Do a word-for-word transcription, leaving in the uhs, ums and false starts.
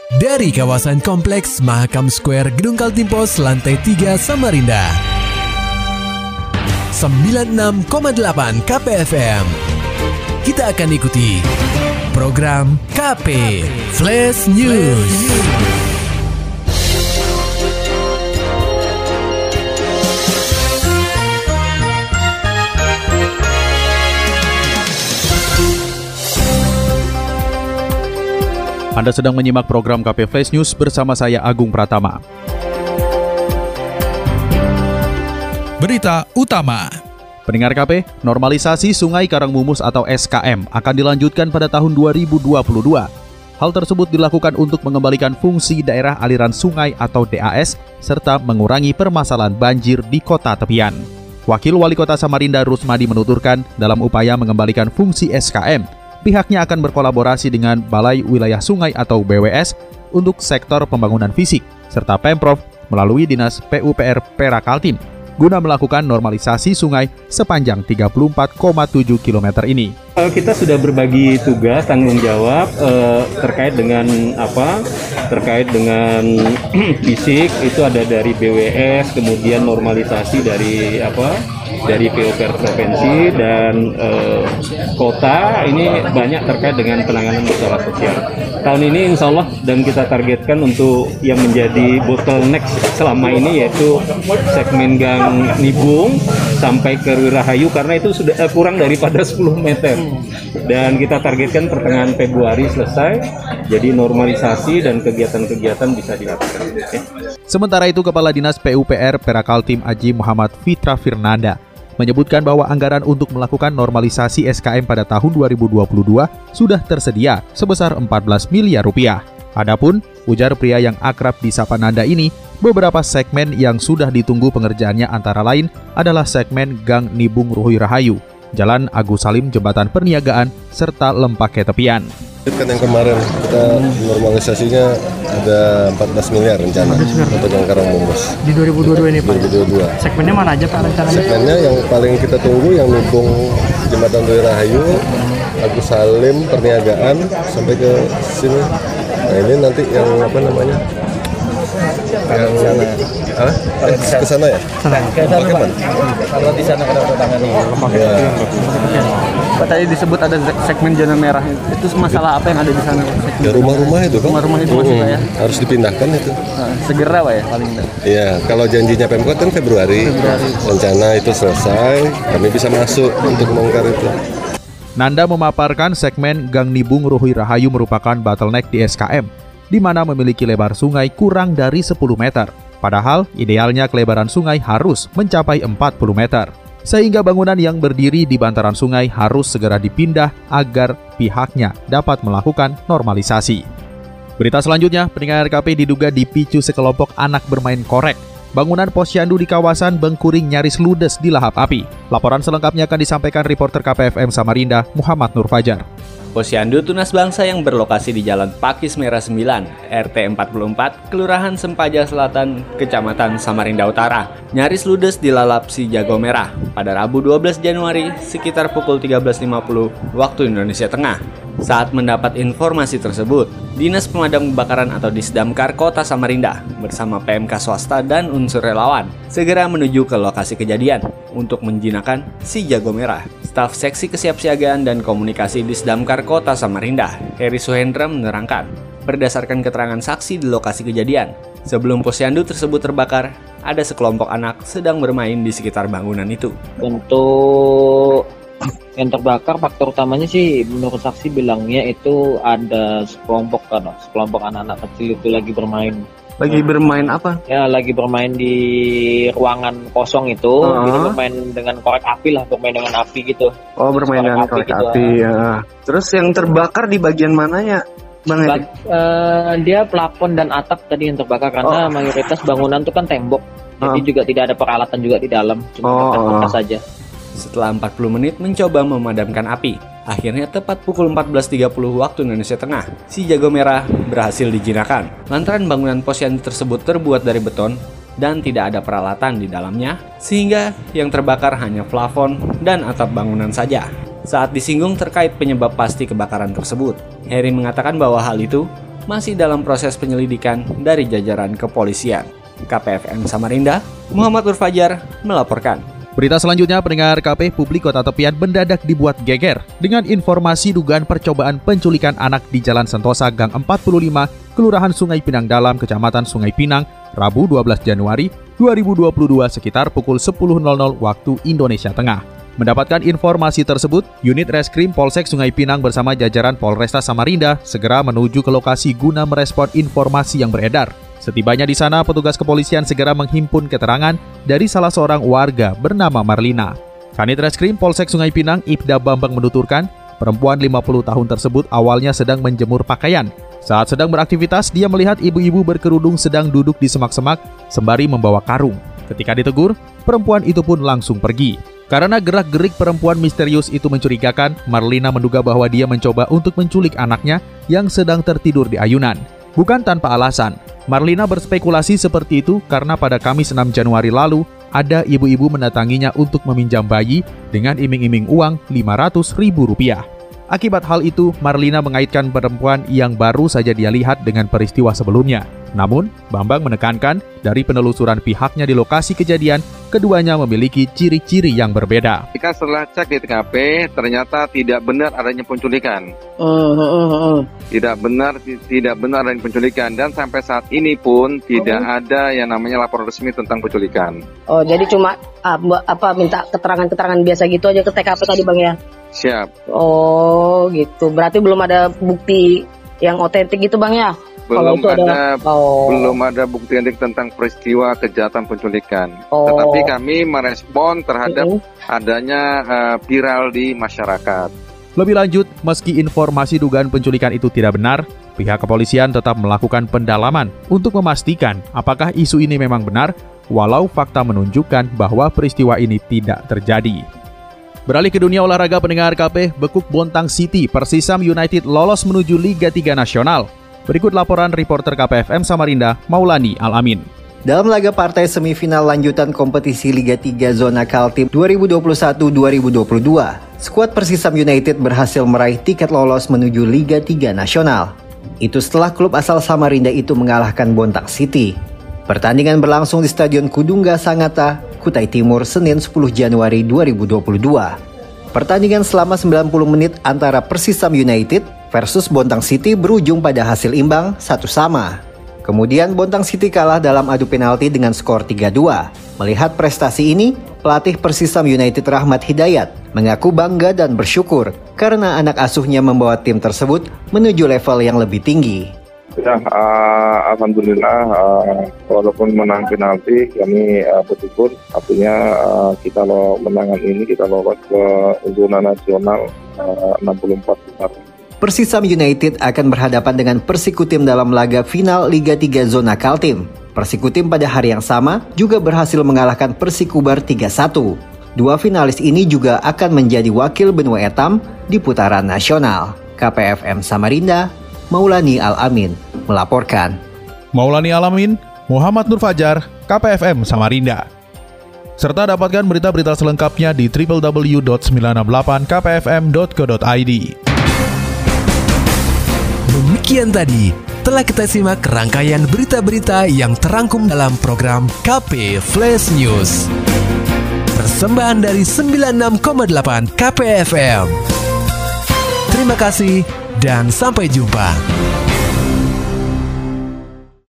Dari kawasan Kompleks Mahakam Square Gedung Kaltimpos lantai tiga Samarinda. sembilan puluh enam koma delapan K P F M. Kita akan ikuti program K P Flash News. Anda sedang menyimak program K P Flash News bersama saya Agung Pratama. Berita utama. Pendengar K P, normalisasi Sungai Karangmumus atau S K M akan dilanjutkan pada tahun dua ribu dua puluh dua. Hal tersebut dilakukan untuk mengembalikan fungsi daerah aliran sungai atau D A S serta mengurangi permasalahan banjir di kota tepian. Wakil Wali Kota Samarinda Rusmadi menuturkan, dalam upaya mengembalikan fungsi S K M, pihaknya akan berkolaborasi dengan Balai Wilayah Sungai atau B W S untuk sektor pembangunan fisik, serta Pemprov melalui Dinas P U P R Perakaltim, guna melakukan normalisasi sungai sepanjang tiga puluh empat koma tujuh kilometer ini. Kita sudah berbagi tugas, tanggung jawab eh, terkait dengan apa? Terkait dengan fisik, itu ada dari B W S, kemudian normalisasi dari apa? Dari P U P R provinsi dan eh, kota, ini banyak terkait dengan penanganan masalah sosial. Tahun ini insya Allah dan kita targetkan untuk yang menjadi bottleneck selama ini yaitu segmen Gang Nibung sampai ke Rahayu, karena itu sudah eh, kurang daripada sepuluh meter. Dan kita targetkan pertengahan Februari selesai, jadi normalisasi dan kegiatan-kegiatan bisa dilakukan. Okay. Sementara itu, Kepala Dinas P U P R Perakaltim Aji Muhammad Fitra Firnanda menyebutkan bahwa anggaran untuk melakukan normalisasi S K M pada tahun dua ribu dua puluh dua sudah tersedia sebesar empat belas miliar rupiah. Adapun, ujar pria yang akrab disapa Nanda ini, beberapa segmen yang sudah ditunggu pengerjaannya antara lain adalah segmen Gang Nibung Ruhui Rahayu, Jalan Agus Salim Jembatan Perniagaan, serta Lempake Tepian. Kan yang kemarin kita normalisasinya ada empat belas miliar rencana untuk yang Karangmumus. Di dua ribu dua puluh dua ini Pak? dua ribu dua puluh dua. Segmennya mana aja Pak rencananya? Segmennya yang paling kita tunggu yang Nibung Jembatan Ruhui Rahayu, Agus Salim Perniagaan sampai ke sini. Nah ini nanti yang apa namanya? Yang sana. Hah? Eh, ke sana ya? Sana. Ke sana Pak. Kalau di sana ada tangani. Ya. Pak tadi disebut ada segmen zona merah. Itu masalah apa yang ada di sana? Ya rumah-rumah itu kan. Rumah-rumah itu masih Pak ya? Harus dipindahkan itu. Nah, segera Pak ya paling tidak. Iya, kalau janjinya Pemkot kan Februari. Februari. Rencana itu selesai, kami bisa masuk untuk membongkar itu. Nanda memaparkan segmen Gang Nibung Ruhui Rahayu merupakan bottleneck di S K M, di mana memiliki lebar sungai kurang dari sepuluh meter. Padahal, idealnya kelebaran sungai harus mencapai empat puluh meter. Sehingga bangunan yang berdiri di bantaran sungai harus segera dipindah agar pihaknya dapat melakukan normalisasi. Berita selanjutnya, pendengar K P diduga dipicu sekelompok anak bermain korek. Bangunan posyandu di kawasan Bengkuring nyaris ludes di lahap api. Laporan selengkapnya akan disampaikan reporter K P F M Samarinda, Muhammad Nur Fajar. Posyandu Tunas Bangsa yang berlokasi di Jalan Pakis Merah sembilan, R T empat puluh empat, Kelurahan Sempaja Selatan, Kecamatan Samarinda Utara, nyaris ludes dilalap si jago merah pada Rabu dua belas Januari sekitar pukul tiga belas lima puluh waktu Indonesia Tengah. Saat mendapat informasi tersebut, Dinas Pemadam Kebakaran atau Disdamkar Kota Samarinda bersama P M K swasta dan unsur relawan segera menuju ke lokasi kejadian untuk menjinakkan si jago merah. Staf Seksi Kesiapsiagaan dan Komunikasi Disdamkar Kota Samarinda, Heri Suhendra menerangkan, berdasarkan keterangan saksi di lokasi kejadian, sebelum posyandu tersebut terbakar, ada sekelompok anak sedang bermain di sekitar bangunan itu. Untuk yang terbakar, faktor utamanya sih menurut saksi bilangnya itu ada sekelompok kan, sekelompok anak-anak kecil itu lagi bermain. Lagi bermain apa? Ya, lagi bermain di ruangan kosong itu, uh-huh. Jadi bermain dengan korek api lah, bermain dengan api gitu. Oh, bermain dengan korek api, api gitu, ya. Terus yang terbakar di bagian mananya, Bang Heri? Uh, dia plafon dan atap tadi yang terbakar, karena oh. mayoritas bangunan itu kan tembok. Jadi uh. juga tidak ada peralatan juga di dalam, cuma oh. kertas saja. Setelah empat puluh menit mencoba memadamkan api, akhirnya tepat pukul empat belas tiga puluh waktu Indonesia Tengah, si jago merah berhasil dijinakkan. Lantaran bangunan posyandu tersebut terbuat dari beton dan tidak ada peralatan di dalamnya, sehingga yang terbakar hanya plafon dan atap bangunan saja. Saat disinggung terkait penyebab pasti kebakaran tersebut, Heri mengatakan bahwa hal itu masih dalam proses penyelidikan dari jajaran kepolisian. K P F M Samarinda, Muhammad Nur Fajar melaporkan. Berita selanjutnya, pendengar K P, publik Kota Tepian mendadak dibuat geger dengan informasi dugaan percobaan penculikan anak di Jalan Sentosa Gang empat puluh lima, Kelurahan Sungai Pinang Dalam, Kecamatan Sungai Pinang, Rabu dua belas Januari dua ribu dua puluh dua sekitar pukul sepuluh waktu Indonesia Tengah. Mendapatkan informasi tersebut, unit Reskrim Polsek Sungai Pinang bersama jajaran Polresta Samarinda segera menuju ke lokasi guna merespon informasi yang beredar. Setibanya di sana, petugas kepolisian segera menghimpun keterangan dari salah seorang warga bernama Marlina. Kanit Reskrim Polsek Sungai Pinang, Ibda Bambang menuturkan, perempuan lima puluh tahun tersebut awalnya sedang menjemur pakaian. Saat sedang beraktivitas, dia melihat ibu-ibu berkerudung sedang duduk di semak-semak sembari membawa karung. Ketika ditegur, perempuan itu pun langsung pergi. Karena gerak-gerik perempuan misterius itu mencurigakan, Marlina menduga bahwa dia mencoba untuk menculik anaknya yang sedang tertidur di ayunan. Bukan tanpa alasan, Marlina berspekulasi seperti itu karena pada Kamis enam Januari lalu, ada ibu-ibu mendatanginya untuk meminjam bayi dengan iming-iming uang lima ratus ribu rupiah. Akibat hal itu, Marlina mengaitkan perempuan yang baru saja dia lihat dengan peristiwa sebelumnya. Namun, Bambang menekankan dari penelusuran pihaknya di lokasi kejadian, keduanya memiliki ciri-ciri yang berbeda. Jika setelah cek di T K P, ternyata tidak benar adanya penculikan. Uh, uh, uh. Tidak benar, tidak benar adanya penculikan. Dan sampai saat ini pun tidak uh. ada yang namanya laporan resmi tentang penculikan. Oh, jadi cuma uh, apa minta keterangan-keterangan biasa gitu aja ke T K P tadi Bang ya? Siap. Oh, gitu. Berarti belum ada bukti yang otentik gitu Bang ya? Belum ada, ada oh. belum ada bukti tentang peristiwa kejahatan penculikan. Oh. Tetapi kami merespon terhadap uh-huh. adanya uh, viral di masyarakat. Lebih lanjut, meski informasi dugaan penculikan itu tidak benar, pihak kepolisian tetap melakukan pendalaman untuk memastikan apakah isu ini memang benar, walau fakta menunjukkan bahwa peristiwa ini tidak terjadi. Beralih ke dunia olahraga, pendengar K P, bekuk Bontang City, Persisam United lolos menuju Liga tiga Nasional. Berikut laporan reporter K P F M Samarinda, Maulani Al-Amin. Dalam laga partai semifinal lanjutan kompetisi Liga tiga Zona Kaltim dua ribu dua puluh satu dua ribu dua puluh dua, skuad Persisam United berhasil meraih tiket lolos menuju Liga tiga Nasional. Itu setelah klub asal Samarinda itu mengalahkan Bontang City. Pertandingan berlangsung di Stadion Kudungga Sangatta, Kutai Timur, Senin sepuluh Januari dua ribu dua puluh dua. Pertandingan selama sembilan puluh menit antara Persisam United versus Bontang City berujung pada hasil imbang satu sama. Kemudian Bontang City kalah dalam adu penalti dengan skor tiga dua. Melihat prestasi ini, pelatih Persisam United Rahmat Hidayat mengaku bangga dan bersyukur karena anak asuhnya membawa tim tersebut menuju level yang lebih tinggi. Ya, uh, Alhamdulillah uh, walaupun menang penalti kami uh, bersyukur, artinya uh, kita lo menangan ini kita lolos ke zona nasional uh, enam puluh empat besar. Persisam United akan berhadapan dengan Persikutim dalam laga final Liga tiga Zona Kaltim. Persikutim pada hari yang sama juga berhasil mengalahkan Persikubar tiga satu. Dua finalis ini juga akan menjadi wakil benua etam di putaran nasional. K P F M Samarinda, Maulani Al-Amin melaporkan. Maulani Al-Amin, Muhammad Nur Fajar, K P F M Samarinda. Serta dapatkan berita-berita selengkapnya di w w w dot sembilan enam delapan k p f m dot co dot i d. Demikian tadi telah kita simak rangkaian berita-berita yang terangkum dalam program K P Flash News. Persembahan dari sembilan puluh enam koma delapan K P F M. Terima kasih dan sampai jumpa.